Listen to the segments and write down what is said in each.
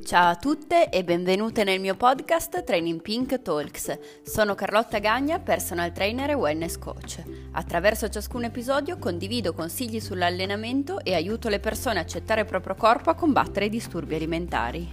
Ciao a tutte e benvenute nel mio podcast Training Pink Talks. Sono Carlotta Gagna, personal trainer e wellness coach. Attraverso ciascun episodio condivido consigli sull'allenamento e aiuto le persone a accettare il proprio corpo a combattere i disturbi alimentari.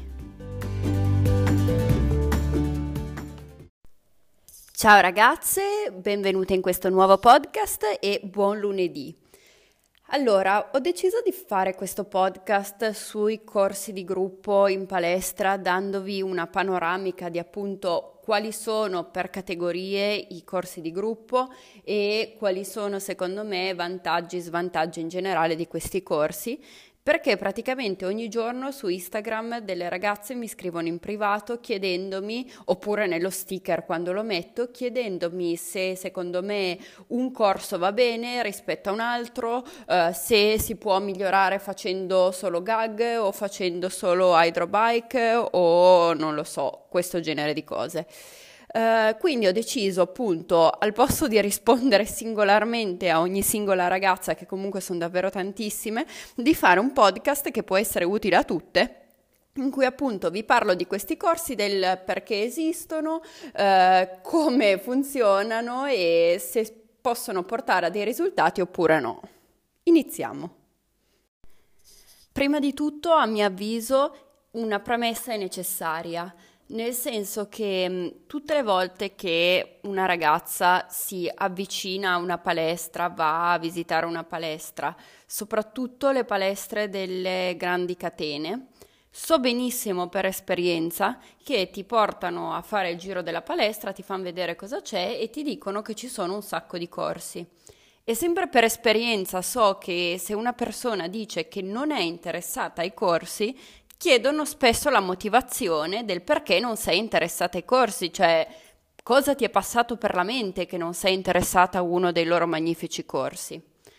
Ciao ragazze, benvenute in questo nuovo podcast e buon lunedì. Allora, ho deciso di fare questo podcast sui corsi di gruppo in palestra, dandovi una panoramica di appunto quali sono per categorie i corsi di gruppo e quali sono secondo me vantaggi e svantaggi in generale di questi corsi. Perché praticamente ogni giorno su Instagram delle ragazze mi scrivono in privato chiedendomi, oppure nello sticker quando lo metto, chiedendomi se secondo me un corso va bene rispetto a un altro, se si può migliorare facendo solo gag o facendo solo hydrobike o non lo so, questo genere di cose. Quindi ho deciso appunto, al posto di rispondere singolarmente a ogni singola ragazza, che comunque sono davvero tantissime, di fare un podcast che può essere utile a tutte, in cui appunto vi parlo di questi corsi, del perché esistono, come funzionano e se possono portare a dei risultati oppure no. Iniziamo. Prima di tutto, a mio avviso, una premessa è necessaria. Nel senso che tutte le volte che una ragazza si avvicina a una palestra, va a visitare una palestra, soprattutto le palestre delle grandi catene, so benissimo per esperienza che ti portano a fare il giro della palestra, ti fanno vedere cosa c'è e ti dicono che ci sono un sacco di corsi. E sempre per esperienza so che se una persona dice che non è interessata ai corsi, chiedono spesso la motivazione del perché non sei interessata ai corsi, cioè cosa ti è passato per la mente che non sei interessata a uno dei loro magnifici corsi.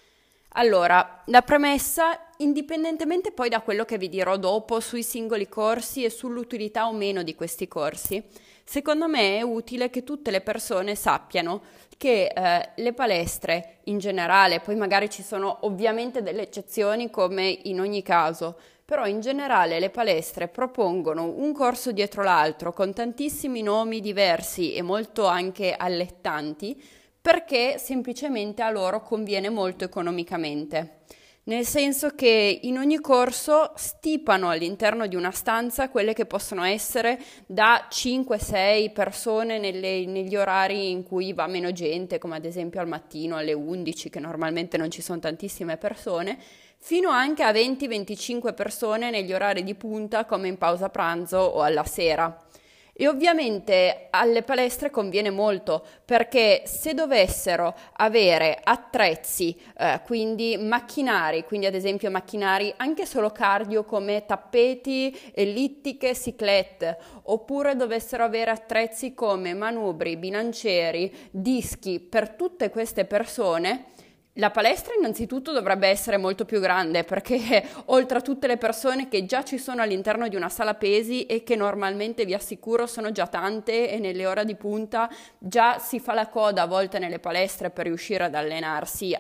Allora, la premessa, indipendentemente poi da quello che vi dirò dopo sui singoli corsi e sull'utilità o meno di questi corsi, secondo me è utile che tutte le persone sappiano che le palestre in generale, poi magari ci sono ovviamente delle eccezioni come in ogni caso, però in generale le palestre propongono un corso dietro l'altro con tantissimi nomi diversi e molto anche allettanti perché semplicemente a loro conviene molto economicamente. Nel senso che in ogni corso stipano all'interno di una stanza quelle che possono essere da 5-6 persone negli orari in cui va meno gente, come ad esempio al mattino alle 11, che normalmente non ci sono tantissime persone, fino anche a 20-25 persone negli orari di punta come in pausa pranzo o alla sera. E ovviamente alle palestre conviene molto perché se dovessero avere attrezzi, quindi macchinari, quindi ad esempio macchinari anche solo cardio come tappeti, ellittiche, ciclette, oppure dovessero avere attrezzi come manubri, bilancieri, dischi per tutte queste persone, la palestra innanzitutto dovrebbe essere molto più grande perché oltre a tutte le persone che già ci sono all'interno di una sala pesi e che normalmente vi assicuro sono già tante e nelle ore di punta già si fa la coda a volte nelle palestre per riuscire ad allenarsi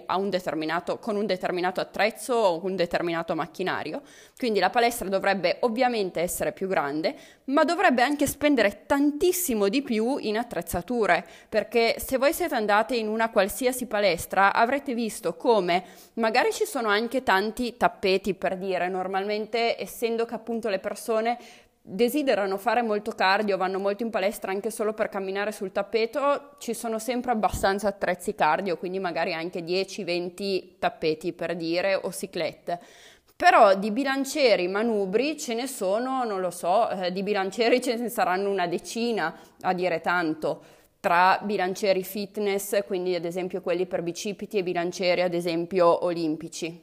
con un determinato attrezzo o un determinato macchinario, quindi la palestra dovrebbe ovviamente essere più grande, ma dovrebbe anche spendere tantissimo di più in attrezzature, perché se voi siete andate in una qualsiasi palestra avrete visto come magari ci sono anche tanti tappeti, per dire, normalmente essendo che appunto le persone desiderano fare molto cardio, vanno molto in palestra anche solo per camminare sul tappeto, ci sono sempre abbastanza attrezzi cardio, quindi magari anche 10-20 tappeti per dire o ciclette. Però di bilancieri, manubri ce ne sono, non lo so, di bilancieri ce ne saranno una decina a dire tanto, tra bilancieri fitness, quindi ad esempio quelli per bicipiti e bilancieri ad esempio olimpici.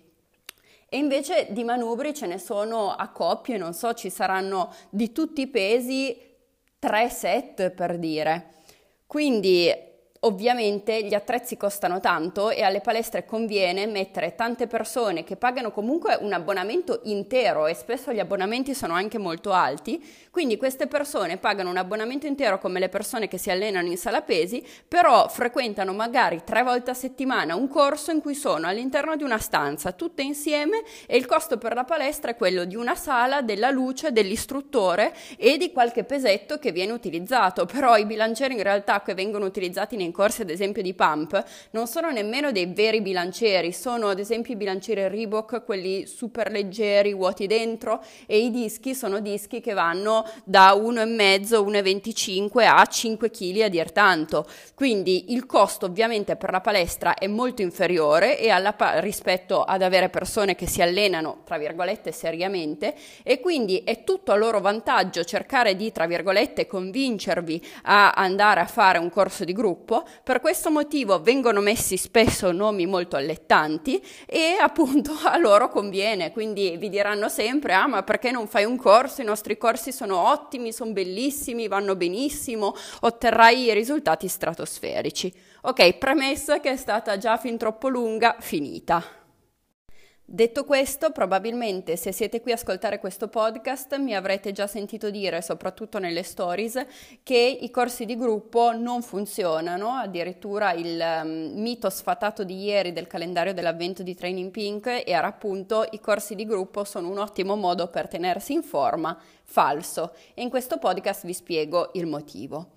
E invece di manubri ce ne sono a coppie, non so, ci saranno di tutti i pesi 3 set per dire. Quindi Ovviamente gli attrezzi costano tanto e alle palestre conviene mettere tante persone che pagano comunque un abbonamento intero e spesso gli abbonamenti sono anche molto alti, quindi queste persone pagano un abbonamento intero come le persone che si allenano in sala pesi, però frequentano magari 3 volte a settimana un corso in cui sono all'interno di una stanza tutte insieme e il costo per la palestra è quello di una sala, della luce, dell'istruttore e di qualche pesetto che viene utilizzato, però i bilancieri in realtà che vengono utilizzati nei corsi ad esempio di pump non sono nemmeno dei veri bilancieri, sono ad esempio i bilancieri Reebok, quelli super leggeri, vuoti dentro, e i dischi sono dischi che vanno da 1,5, 1,25 a 5 kg a dir tanto, quindi il costo ovviamente per la palestra è molto inferiore e rispetto ad avere persone che si allenano tra virgolette seriamente, e quindi è tutto a loro vantaggio cercare di tra virgolette convincervi a andare a fare un corso di gruppo. Per questo motivo vengono messi spesso nomi molto allettanti e appunto a loro conviene, quindi vi diranno sempre: ah, ma perché non fai un corso? I nostri corsi sono ottimi, sono bellissimi, vanno benissimo, otterrai risultati stratosferici. Ok, premessa che è stata già fin troppo lunga, finita. Detto questo, probabilmente se siete qui a ascoltare questo podcast mi avrete già sentito dire, soprattutto nelle stories, che i corsi di gruppo non funzionano. Addirittura il mito sfatato di ieri del calendario dell'avvento di Training Pink era appunto: i corsi di gruppo sono un ottimo modo per tenersi in forma. Falso. E in questo podcast vi spiego il motivo.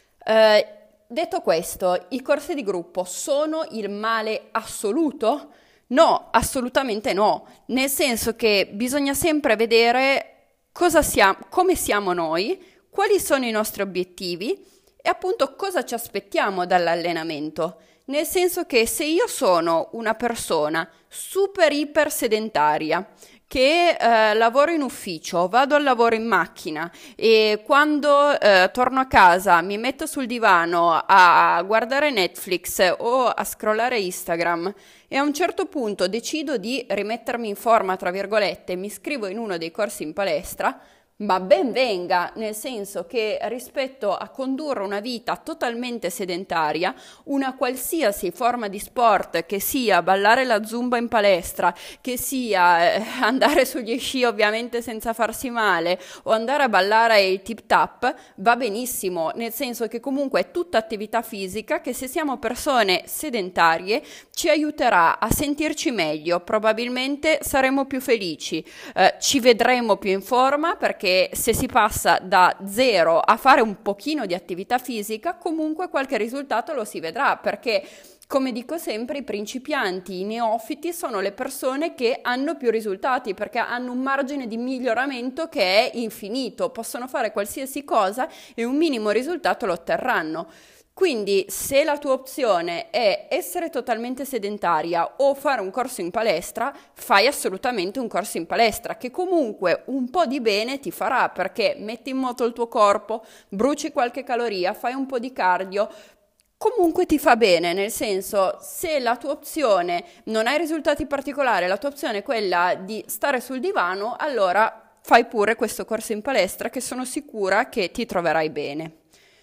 Detto questo, i corsi di gruppo sono il male assoluto? No, assolutamente no, nel senso che bisogna sempre vedere come siamo noi, quali sono i nostri obiettivi e appunto cosa ci aspettiamo dall'allenamento. Nel senso che se io sono una persona super iper sedentaria, che lavoro in ufficio, vado al lavoro in macchina e quando torno a casa mi metto sul divano a guardare Netflix o a scrollare Instagram e a un certo punto decido di rimettermi in forma, tra virgolette, mi iscrivo in uno dei corsi in palestra, ma ben venga, nel senso che rispetto a condurre una vita totalmente sedentaria, una qualsiasi forma di sport, che sia ballare la zumba in palestra, che sia andare sugli sci ovviamente senza farsi male o andare a ballare il tip tap, va benissimo, nel senso che comunque è tutta attività fisica che, se siamo persone sedentarie, ci aiuterà a sentirci meglio, probabilmente saremo più felici, ci vedremo più in forma, perché se si passa da 0 a fare un pochino di attività fisica, comunque qualche risultato lo si vedrà, perché come dico sempre, i principianti, i neofiti sono le persone che hanno più risultati, perché hanno un margine di miglioramento che è infinito, possono fare qualsiasi cosa e un minimo risultato lo otterranno. Quindi se la tua opzione è essere totalmente sedentaria o fare un corso in palestra, fai assolutamente un corso in palestra, che comunque un po' di bene ti farà, perché metti in moto il tuo corpo, bruci qualche caloria, fai un po' di cardio, comunque ti fa bene, nel senso, se la tua opzione non hai risultati particolari, la tua opzione è quella di stare sul divano, allora fai pure questo corso in palestra, che sono sicura che ti troverai bene.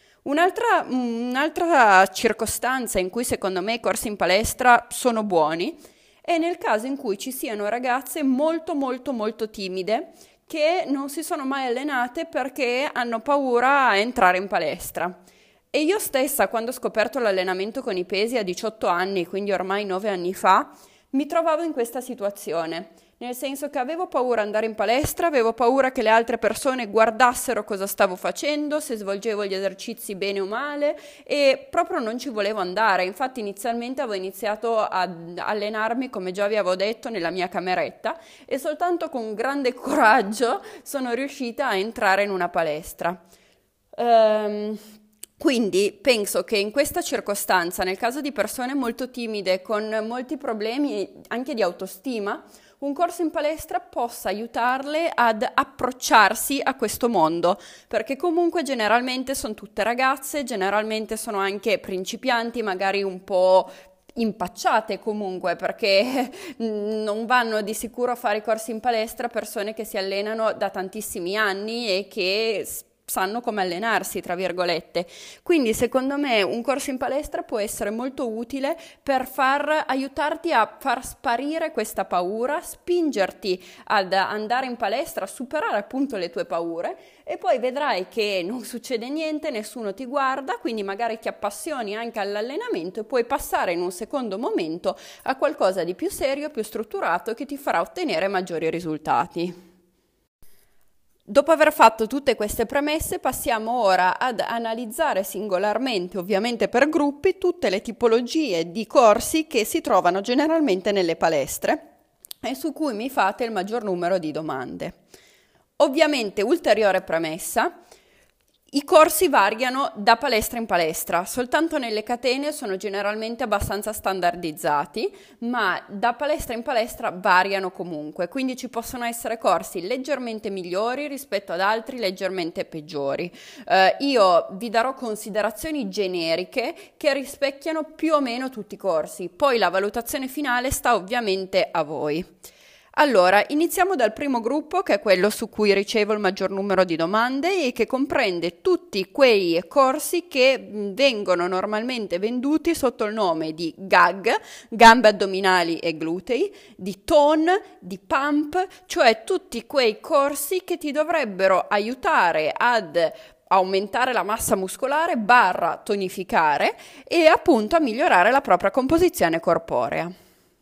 Un'altra circostanza in cui secondo me i corsi in palestra sono buoni è nel caso in cui ci siano ragazze molto molto molto timide che non si sono mai allenate perché hanno paura a entrare in palestra. E io stessa, quando ho scoperto l'allenamento con i pesi a 18 anni, quindi ormai 9 anni fa, mi trovavo in questa situazione. Nel senso che avevo paura di andare in palestra, avevo paura che le altre persone guardassero cosa stavo facendo, se svolgevo gli esercizi bene o male, e proprio non ci volevo andare. Infatti inizialmente avevo iniziato ad allenarmi, come già vi avevo detto, nella mia cameretta, e soltanto con grande coraggio sono riuscita a entrare in una palestra. Quindi penso che in questa circostanza, nel caso di persone molto timide, con molti problemi anche di autostima, un corso in palestra possa aiutarle ad approcciarsi a questo mondo, perché comunque generalmente sono tutte ragazze, generalmente sono anche principianti, magari un po' impacciate comunque, perché non vanno di sicuro a fare i corsi in palestra persone che si allenano da tantissimi anni e che sanno come allenarsi, tra virgolette. Quindi secondo me un corso in palestra può essere molto utile per aiutarti a far sparire questa paura, spingerti ad andare in palestra, a superare appunto le tue paure, e poi vedrai che non succede niente, nessuno ti guarda, quindi magari ti appassioni anche all'allenamento e puoi passare in un secondo momento a qualcosa di più serio, più strutturato, che ti farà ottenere maggiori risultati. Dopo aver fatto tutte queste premesse, passiamo ora ad analizzare singolarmente, ovviamente per gruppi, tutte le tipologie di corsi che si trovano generalmente nelle palestre e su cui mi fate il maggior numero di domande. Ovviamente, ulteriore premessa, i corsi variano da palestra in palestra, soltanto nelle catene sono generalmente abbastanza standardizzati, ma da palestra in palestra variano comunque, quindi ci possono essere corsi leggermente migliori rispetto ad altri leggermente peggiori. Io vi darò considerazioni generiche che rispecchiano più o meno tutti i corsi, poi la valutazione finale sta ovviamente a voi. Allora, iniziamo dal primo gruppo, che è quello su cui ricevo il maggior numero di domande e che comprende tutti quei corsi che vengono normalmente venduti sotto il nome di GAG, gambe addominali e glutei, di tone, di pump, cioè tutti quei corsi che ti dovrebbero aiutare ad aumentare la massa muscolare / tonificare e appunto a migliorare la propria composizione corporea.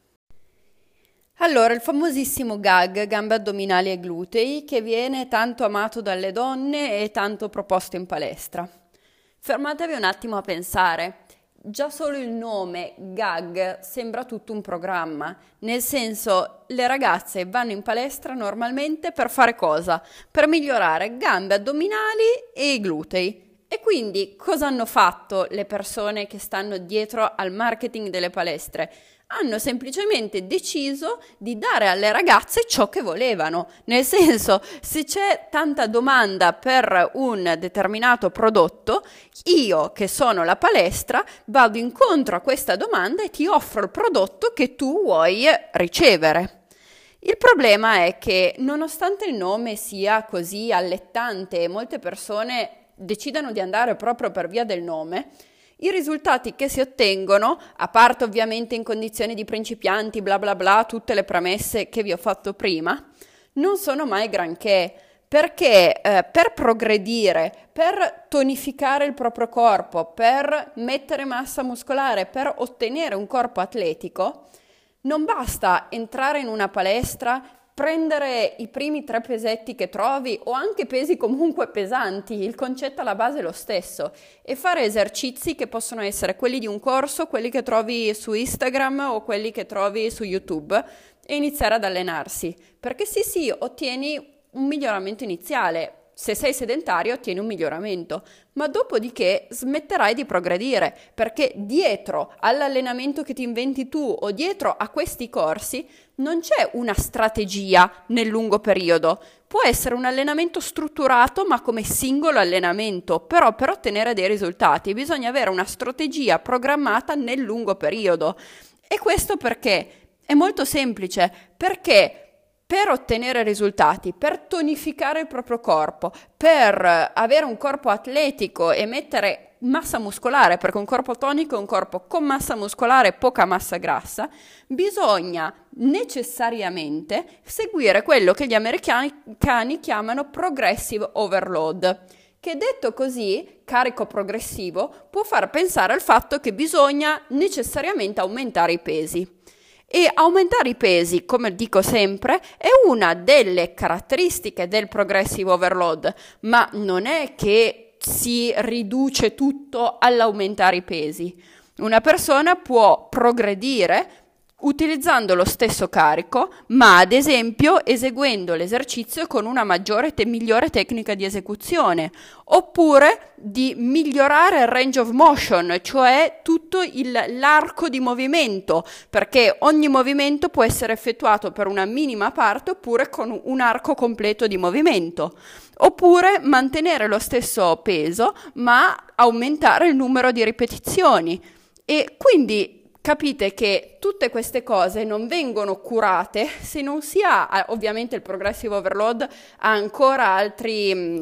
Allora, il famosissimo GAG, gambe addominali e glutei, che viene tanto amato dalle donne e tanto proposto in palestra. Fermatevi un attimo a pensare. Già solo il nome GAG sembra tutto un programma, nel senso, le ragazze vanno in palestra normalmente per fare cosa? Per migliorare gambe addominali e i glutei. E quindi cosa hanno fatto le persone che stanno dietro al marketing delle palestre? Hanno semplicemente deciso di dare alle ragazze ciò che volevano, nel senso, se c'è tanta domanda per un determinato prodotto, io che sono la palestra vado incontro a questa domanda e ti offro il prodotto che tu vuoi ricevere. Il problema è che nonostante il nome sia così allettante e molte persone decidano di andare proprio per via del nome, i risultati che si ottengono, a parte ovviamente in condizioni di principianti, bla bla bla, tutte le premesse che vi ho fatto prima, non sono mai granché, perché per progredire, per tonificare il proprio corpo, per mettere massa muscolare, per ottenere un corpo atletico, non basta entrare in una palestra, prendere i primi 3 pesetti che trovi o anche pesi comunque pesanti, il concetto alla base è lo stesso, e fare esercizi che possono essere quelli di un corso, quelli che trovi su Instagram o quelli che trovi su YouTube e iniziare ad allenarsi, perché sì, ottieni un miglioramento iniziale. Se sei sedentario ottieni un miglioramento, ma dopodiché smetterai di progredire, perché dietro all'allenamento che ti inventi tu o dietro a questi corsi non c'è una strategia nel lungo periodo. Può essere un allenamento strutturato, ma come singolo allenamento, però per ottenere dei risultati bisogna avere una strategia programmata nel lungo periodo. E questo perché? È molto semplice, perché per ottenere risultati, per tonificare il proprio corpo, per avere un corpo atletico e mettere massa muscolare, perché un corpo tonico è un corpo con massa muscolare e poca massa grassa, bisogna necessariamente seguire quello che gli americani chiamano progressive overload, che detto così, carico progressivo, può far pensare al fatto che bisogna necessariamente aumentare i pesi. E aumentare i pesi, come dico sempre, è una delle caratteristiche del progressive overload, ma non è che si riduce tutto all'aumentare i pesi. Una persona può progredire utilizzando lo stesso carico, ma ad esempio eseguendo l'esercizio con una migliore tecnica di esecuzione, oppure di migliorare il range of motion, cioè tutto l'arco di movimento, perché ogni movimento può essere effettuato per una minima parte oppure con un arco completo di movimento, oppure mantenere lo stesso peso ma aumentare il numero di ripetizioni. E quindi capite che tutte queste cose non vengono curate se non si ha, ovviamente il progressive overload ha ancora altri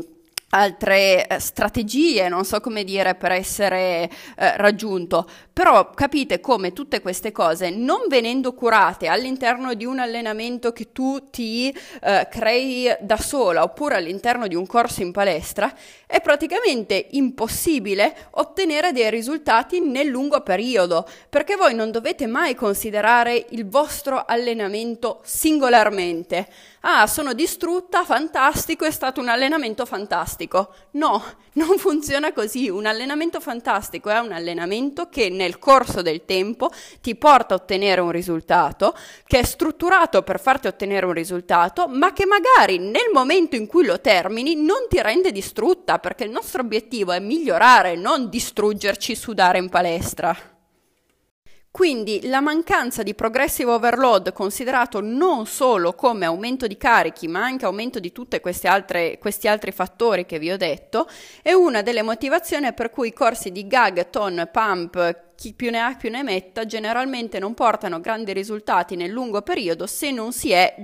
altre strategie, non so come dire, per essere raggiunto, però capite come tutte queste cose, non venendo curate all'interno di un allenamento che tu ti crei da sola oppure all'interno di un corso in palestra, è praticamente impossibile ottenere dei risultati nel lungo periodo, perché voi non dovete mai considerare il vostro allenamento singolarmente. Ah, sono distrutta, fantastico, è stato un allenamento fantastico. No, non funziona così. Un allenamento fantastico è un allenamento che nel corso del tempo ti porta a ottenere un risultato, che è strutturato per farti ottenere un risultato, ma che magari nel momento in cui lo termini non ti rende distrutta, perché il nostro obiettivo è migliorare, non distruggerci, sudare in palestra. Quindi la mancanza di progressive overload, considerato non solo come aumento di carichi, ma anche aumento di tutti questi altri fattori che vi ho detto, è una delle motivazioni per cui i corsi di GAG, TON, PUMP, chi più ne ha più ne metta, generalmente non portano grandi risultati nel lungo periodo se non si è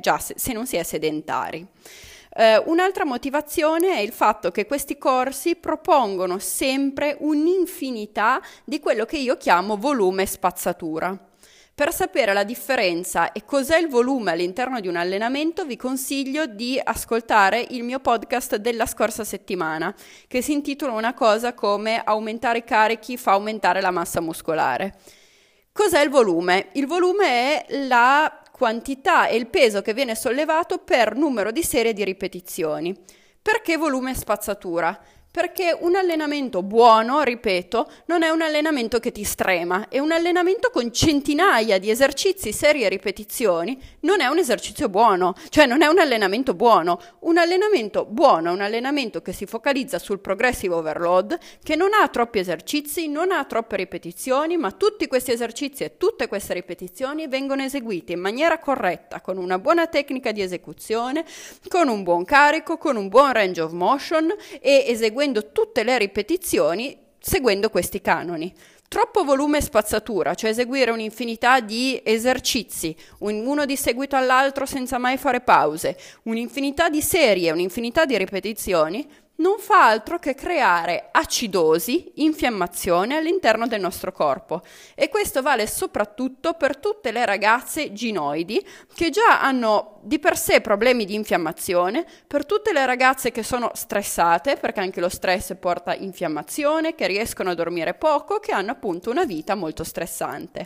sedentari. Un'altra motivazione è il fatto che questi corsi propongono sempre un'infinità di quello che io chiamo volume spazzatura. Per sapere la differenza e cos'è il volume all'interno di un allenamento, vi consiglio di ascoltare il mio podcast della scorsa settimana, che si intitola una cosa come aumentare i carichi fa aumentare la massa muscolare. Cos'è il volume? Il volume è la quantità e il peso che viene sollevato per numero di serie di ripetizioni. Perché volume e spazzatura? Perché un allenamento buono, ripeto, non è un allenamento che ti strema, è un allenamento con centinaia di esercizi, serie e ripetizioni, non è un esercizio buono, cioè non è un allenamento buono. Un allenamento buono è un allenamento che si focalizza sul progressive overload, che non ha troppi esercizi, non ha troppe ripetizioni, ma tutti questi esercizi e tutte queste ripetizioni vengono eseguite in maniera corretta, con una buona tecnica di esecuzione, con un buon carico, con un buon range of motion e eseguendo tutte le ripetizioni seguendo questi canoni. Troppo volume e spazzatura, cioè eseguire un'infinità di esercizi, uno di seguito all'altro senza mai fare pause, un'infinità di serie, un'infinità di ripetizioni, non fa altro che creare acidosi, infiammazione all'interno del nostro corpo. E questo vale soprattutto per tutte le ragazze ginoidi che già hanno di per sé problemi di infiammazione, per tutte le ragazze che sono stressate, perché anche lo stress porta infiammazione, che riescono a dormire poco, che hanno appunto una vita molto stressante.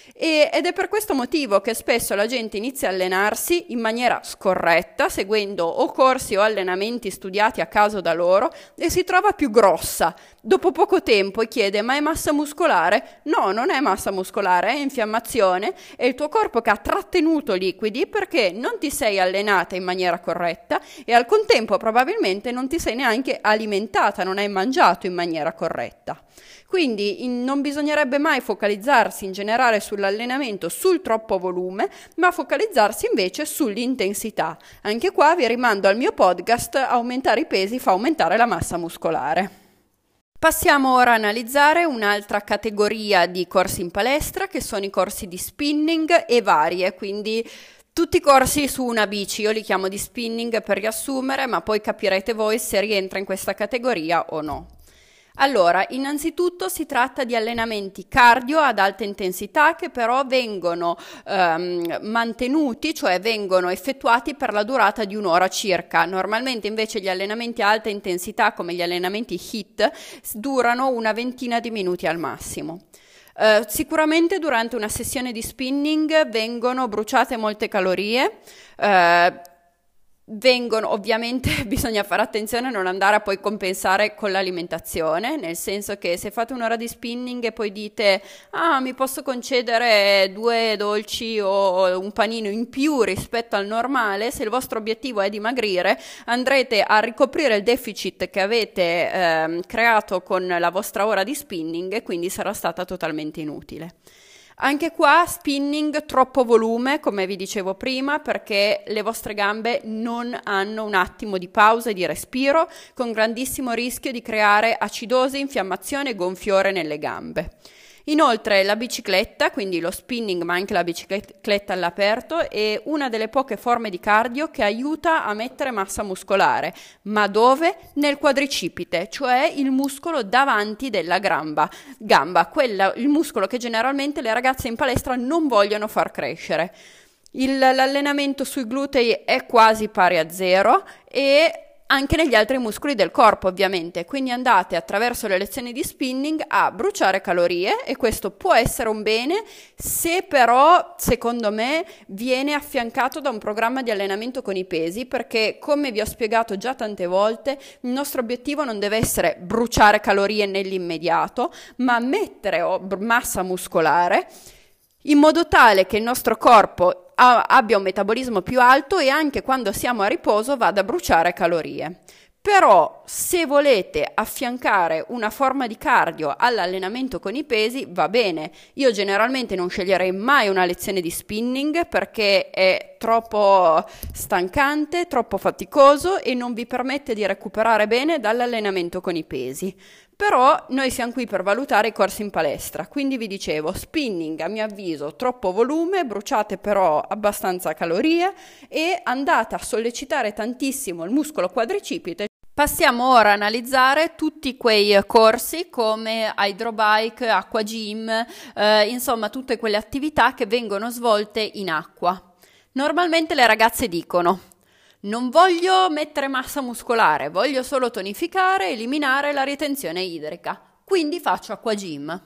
Ed è per questo motivo che spesso la gente inizia a allenarsi in maniera scorretta, seguendo o corsi o allenamenti studiati a caso da loro, e si trova più grossa. Dopo poco tempo chiede: ma è massa muscolare? No, non è massa muscolare, è infiammazione, è il tuo corpo che ha trattenuto liquidi perché non ti sei allenata in maniera corretta e al contempo probabilmente non ti sei neanche alimentata, non hai mangiato in maniera corretta. Quindi non bisognerebbe mai focalizzarsi in generale sull'allenamento, sul troppo volume, ma focalizzarsi invece sull'intensità. Anche qua vi rimando al mio podcast Aumentare i pesi fa aumentare la massa muscolare. Passiamo ora a analizzare un'altra categoria di corsi in palestra, che sono i corsi di spinning e varie, quindi tutti i corsi su una bici. Io li chiamo di spinning per riassumere, ma poi capirete voi se rientra in questa categoria o no. Allora, innanzitutto si tratta di allenamenti cardio ad alta intensità che però vengono mantenuti, cioè vengono effettuati per la durata di un'ora circa. Normalmente invece gli allenamenti a alta intensità, come gli allenamenti HIIT, durano una ventina di minuti al massimo. Sicuramente durante una sessione di spinning vengono bruciate molte calorie, ovviamente bisogna fare attenzione a non andare a poi compensare con l'alimentazione, nel senso che se fate un'ora di spinning e poi dite mi posso concedere 2 dolci o un panino in più rispetto al normale, se il vostro obiettivo è dimagrire andrete a ricoprire il deficit che avete creato con la vostra ora di spinning e quindi sarà stata totalmente inutile. Anche qua spinning troppo volume, come vi dicevo prima, perché le vostre gambe non hanno un attimo di pausa e di respiro, con grandissimo rischio di creare acidosi, infiammazione e gonfiore nelle gambe. Inoltre la bicicletta, quindi lo spinning ma anche la bicicletta all'aperto, è una delle poche forme di cardio che aiuta a mettere massa muscolare. Ma dove? Nel quadricipite, cioè il muscolo davanti della gamba, il muscolo che generalmente le ragazze in palestra non vogliono far crescere. L'allenamento sui glutei è quasi pari a zero e anche negli altri muscoli del corpo ovviamente, quindi andate attraverso le lezioni di spinning a bruciare calorie e questo può essere un bene se però secondo me viene affiancato da un programma di allenamento con i pesi, perché come vi ho spiegato già tante volte il nostro obiettivo non deve essere bruciare calorie nell'immediato ma mettere massa muscolare in modo tale che il nostro corpo abbia un metabolismo più alto e anche quando siamo a riposo vada a bruciare calorie. Però se volete affiancare una forma di cardio all'allenamento con i pesi va bene. Io generalmente non sceglierei mai una lezione di spinning perché è troppo stancante, troppo faticoso e non vi permette di recuperare bene dall'allenamento con i pesi. Però noi siamo qui per valutare i corsi in palestra, quindi vi dicevo, spinning a mio avviso troppo volume, bruciate però abbastanza calorie e andate a sollecitare tantissimo il muscolo quadricipite. Passiamo ora a analizzare tutti quei corsi come hydrobike, acqua gym, insomma tutte quelle attività che vengono svolte in acqua. Normalmente le ragazze dicono: non voglio mettere massa muscolare, voglio solo tonificare e eliminare la ritenzione idrica, quindi faccio acqua gym.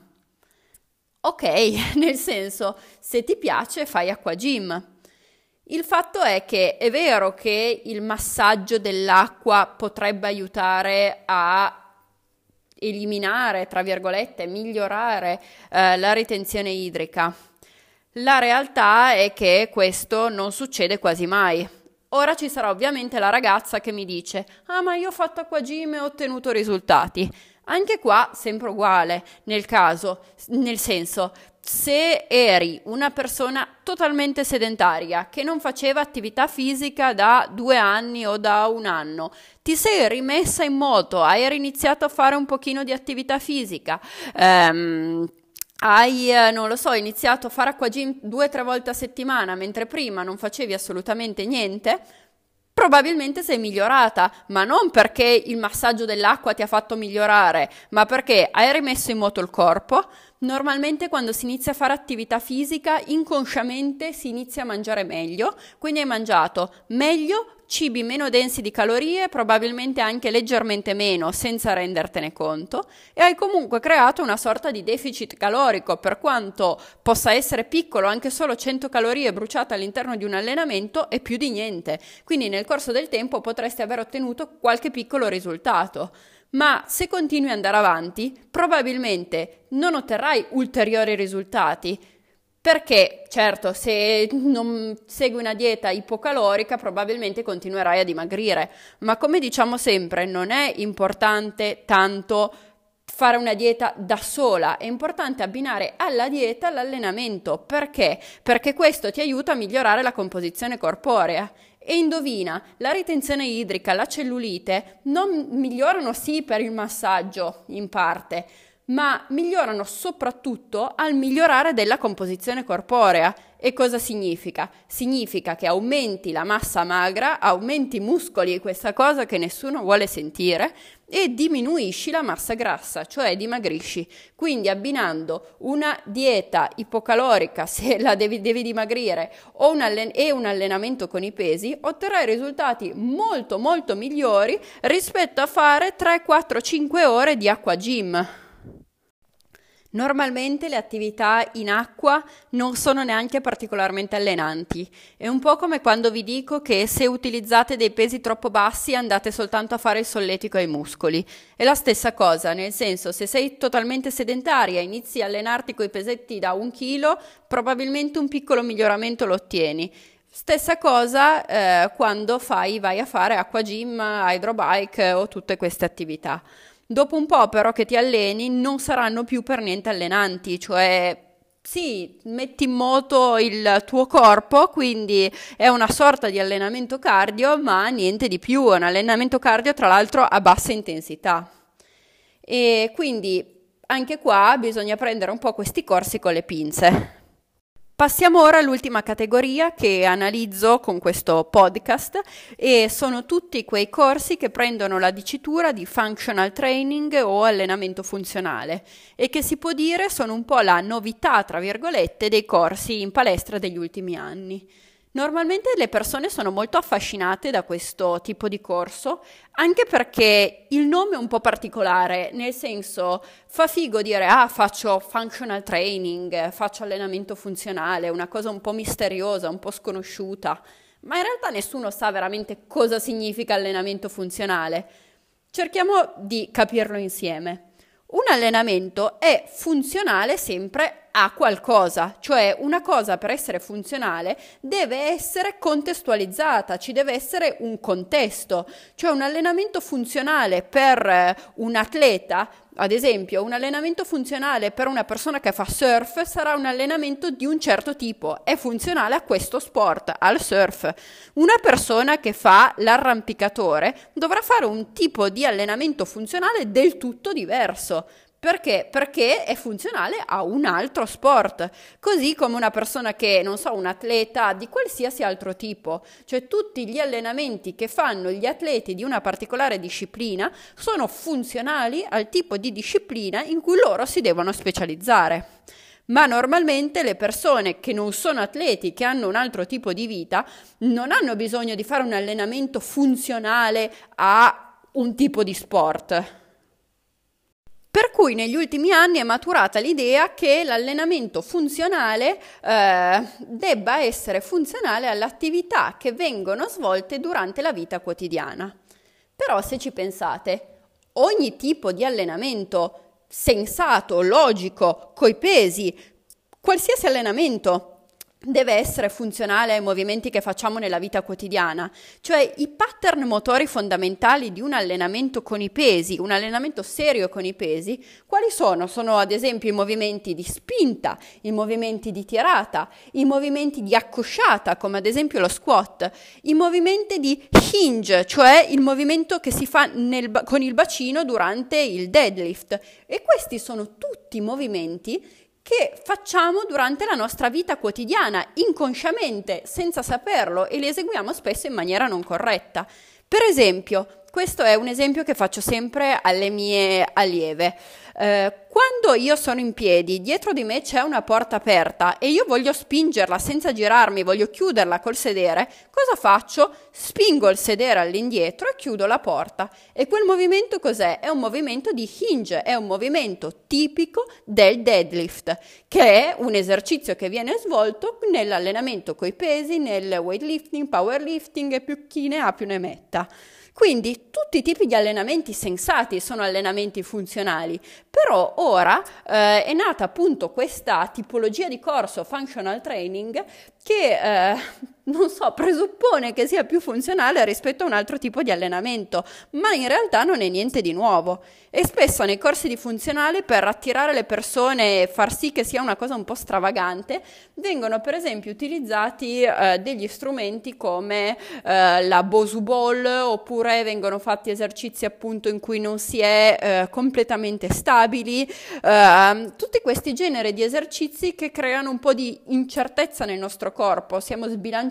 Ok, nel senso, se ti piace fai acqua gym. Il fatto è che è vero che il massaggio dell'acqua potrebbe aiutare a eliminare, tra virgolette, migliorare la ritenzione idrica. La realtà è che questo non succede quasi mai. Ora ci sarà ovviamente la ragazza che mi dice: ah, ma io ho fatto acqua gym e ho ottenuto risultati. Anche qua sempre uguale, nel senso, se eri una persona totalmente sedentaria che non faceva attività fisica da 2 anni o da 1 anno, ti sei rimessa in moto, hai iniziato a fare un pochino di attività fisica, hai iniziato a fare acqua gym 2-3 volte a settimana, mentre prima non facevi assolutamente niente, probabilmente sei migliorata, ma non perché il massaggio dell'acqua ti ha fatto migliorare, ma perché hai rimesso in moto il corpo. Normalmente quando si inizia a fare attività fisica, inconsciamente si inizia a mangiare meglio, quindi hai mangiato meglio, cibi meno densi di calorie, probabilmente anche leggermente meno senza rendertene conto, e hai comunque creato una sorta di deficit calorico, per quanto possa essere piccolo, anche solo 100 calorie bruciate all'interno di un allenamento è più di niente, quindi nel corso del tempo potresti aver ottenuto qualche piccolo risultato. Ma se continui ad andare avanti, probabilmente non otterrai ulteriori risultati, perché certo, se non segui una dieta ipocalorica probabilmente continuerai a dimagrire, ma come diciamo sempre non è importante tanto fare una dieta da sola, è importante abbinare alla dieta l'allenamento. Perché? Perché questo ti aiuta a migliorare la composizione corporea. E indovina, la ritenzione idrica, la cellulite non migliorano sì per il massaggio in parte, ma migliorano soprattutto al migliorare della composizione corporea. E cosa significa? Significa che aumenti la massa magra, aumenti i muscoli, questa cosa che nessuno vuole sentire, e diminuisci la massa grassa, cioè dimagrisci. Quindi abbinando una dieta ipocalorica, se la devi dimagrire, e un allenamento con i pesi, otterrai risultati molto molto migliori rispetto a fare 3, 4, 5 ore di acqua gym. Normalmente le attività in acqua non sono neanche particolarmente allenanti. È un po' come quando vi dico che se utilizzate dei pesi troppo bassi andate soltanto a fare il solletico ai muscoli. È la stessa cosa, nel senso, se sei totalmente sedentaria e inizi a allenarti coi pesetti da 1 chilo, probabilmente un piccolo miglioramento lo ottieni. Stessa cosa quando vai a fare acqua gym, hydrobike o tutte queste attività. Dopo un po' però che ti alleni non saranno più per niente allenanti, cioè sì, metti in moto il tuo corpo, quindi è una sorta di allenamento cardio, ma niente di più, è un allenamento cardio tra l'altro a bassa intensità. E quindi anche qua bisogna prendere un po' questi corsi con le pinze. Passiamo ora all'ultima categoria che analizzo con questo podcast e sono tutti quei corsi che prendono la dicitura di functional training o allenamento funzionale e che si può dire sono un po' la novità, tra virgolette, dei corsi in palestra degli ultimi anni. Normalmente le persone sono molto affascinate da questo tipo di corso, anche perché il nome è un po' particolare, nel senso fa figo dire faccio functional training, faccio allenamento funzionale, una cosa un po' misteriosa, un po' sconosciuta, ma in realtà nessuno sa veramente cosa significa allenamento funzionale. Cerchiamo di capirlo insieme. Un allenamento è funzionale sempre a qualcosa, cioè una cosa per essere funzionale deve essere contestualizzata, ci deve essere un contesto, cioè un allenamento funzionale per un atleta, ad esempio un allenamento funzionale per una persona che fa surf sarà un allenamento di un certo tipo, è funzionale a questo sport, al surf. Una persona che fa l'arrampicatore dovrà fare un tipo di allenamento funzionale del tutto diverso. Perché? Perché è funzionale a un altro sport, così come una persona che, non so, un atleta di qualsiasi altro tipo, cioè tutti gli allenamenti che fanno gli atleti di una particolare disciplina sono funzionali al tipo di disciplina in cui loro si devono specializzare. Ma normalmente le persone che non sono atleti, che hanno un altro tipo di vita, non hanno bisogno di fare un allenamento funzionale a un tipo di sport. Per cui negli ultimi anni è maturata l'idea che l'allenamento funzionale debba essere funzionale alle attività che vengono svolte durante la vita quotidiana. Però se ci pensate, ogni tipo di allenamento sensato, logico, coi pesi, qualsiasi allenamento deve essere funzionale ai movimenti che facciamo nella vita quotidiana, cioè i pattern motori fondamentali di un allenamento con i pesi, un allenamento serio con i pesi, quali sono? Sono ad esempio i movimenti di spinta, i movimenti di tirata, i movimenti di accosciata, come ad esempio lo squat, i movimenti di hinge, cioè il movimento che si fa con il bacino durante il deadlift. E questi sono tutti movimenti che facciamo durante la nostra vita quotidiana, inconsciamente, senza saperlo, e li eseguiamo spesso in maniera non corretta. Per esempio, questo è un esempio che faccio sempre alle mie allieve. Quando io sono in piedi, dietro di me c'è una porta aperta e io voglio spingerla senza girarmi, voglio chiuderla col sedere, cosa faccio? Spingo il sedere all'indietro e chiudo la porta. E quel movimento cos'è? È un movimento di hinge, è un movimento tipico del deadlift, che è un esercizio che viene svolto nell'allenamento coi pesi, nel weightlifting, powerlifting e più chi ne ha più ne metta. Quindi tutti i tipi di allenamenti sensati sono allenamenti funzionali, però ora è nata appunto questa tipologia di corso functional training che non so, presuppone che sia più funzionale rispetto a un altro tipo di allenamento, ma in realtà non è niente di nuovo. E spesso nei corsi di funzionale, per attirare le persone e far sì che sia una cosa un po' stravagante, vengono per esempio utilizzati degli strumenti come la Bosu Ball, oppure vengono fatti esercizi appunto in cui non si è completamente stabili, tutti questi generi di esercizi che creano un po' di incertezza nel nostro corpo, siamo sbilanciati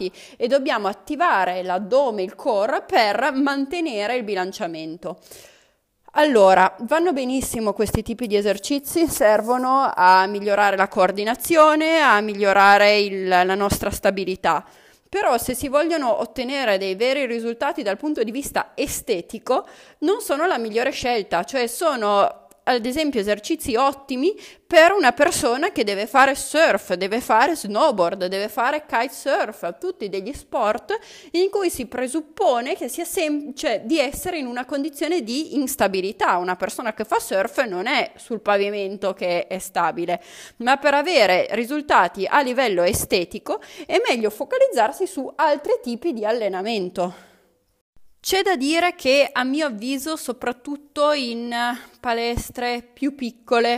e dobbiamo attivare l'addome, il core per mantenere il bilanciamento. Allora, vanno benissimo questi tipi di esercizi, servono a migliorare la coordinazione, a migliorare la nostra stabilità. Però se si vogliono ottenere dei veri risultati dal punto di vista estetico, non sono la migliore scelta, cioè sono ad esempio esercizi ottimi per una persona che deve fare surf, deve fare snowboard, deve fare kitesurf, tutti degli sport in cui si presuppone che sia cioè di essere in una condizione di instabilità. Una persona che fa surf non è sul pavimento che è stabile, ma per avere risultati a livello estetico è meglio focalizzarsi su altri tipi di allenamento. C'è da dire che a mio avviso, soprattutto in palestre più piccole,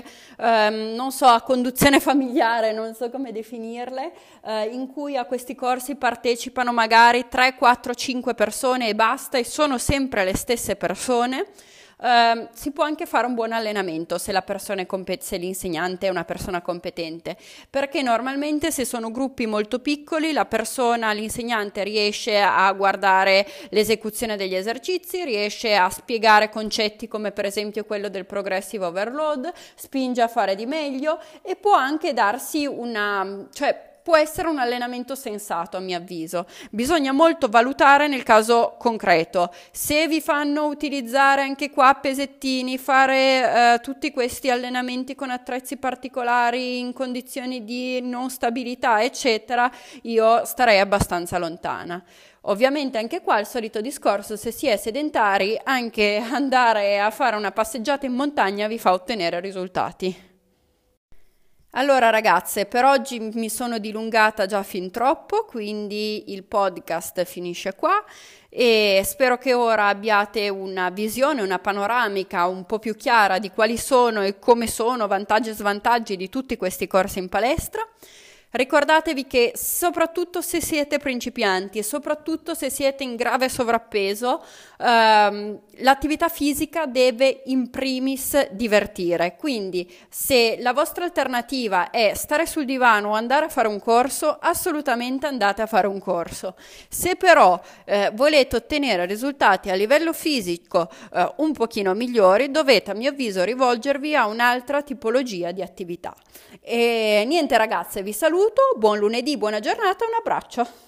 non so, a conduzione familiare, non so come definirle, in cui a questi corsi partecipano magari 3, 4, 5 persone e basta, e sono sempre le stesse persone, si può anche fare un buon allenamento se la persona è se l'insegnante è una persona competente, perché normalmente se sono gruppi molto piccoli l'insegnante riesce a guardare l'esecuzione degli esercizi, riesce a spiegare concetti come per esempio quello del progressive overload, spinge a fare di meglio e può anche darsi può essere un allenamento sensato a mio avviso. Bisogna molto valutare nel caso concreto. Se vi fanno utilizzare anche qua pesettini, fare tutti questi allenamenti con attrezzi particolari in condizioni di non stabilità, eccetera, io starei abbastanza lontana. Ovviamente anche qua il solito discorso, se si è sedentari, anche andare a fare una passeggiata in montagna vi fa ottenere risultati. Allora ragazze, per oggi mi sono dilungata già fin troppo, quindi il podcast finisce qua e spero che ora abbiate una visione, una panoramica un po' più chiara di quali sono e come sono vantaggi e svantaggi di tutti questi corsi in palestra. Ricordatevi che soprattutto se siete principianti e soprattutto se siete in grave sovrappeso, l'attività fisica deve in primis divertire. Quindi se la vostra alternativa è stare sul divano o andare a fare un corso, assolutamente andate a fare un corso. Se però volete ottenere risultati a livello fisico un pochino migliori, dovete a mio avviso rivolgervi a un'altra tipologia di attività. E niente ragazze, vi saluto, buon lunedì, buona giornata, un abbraccio.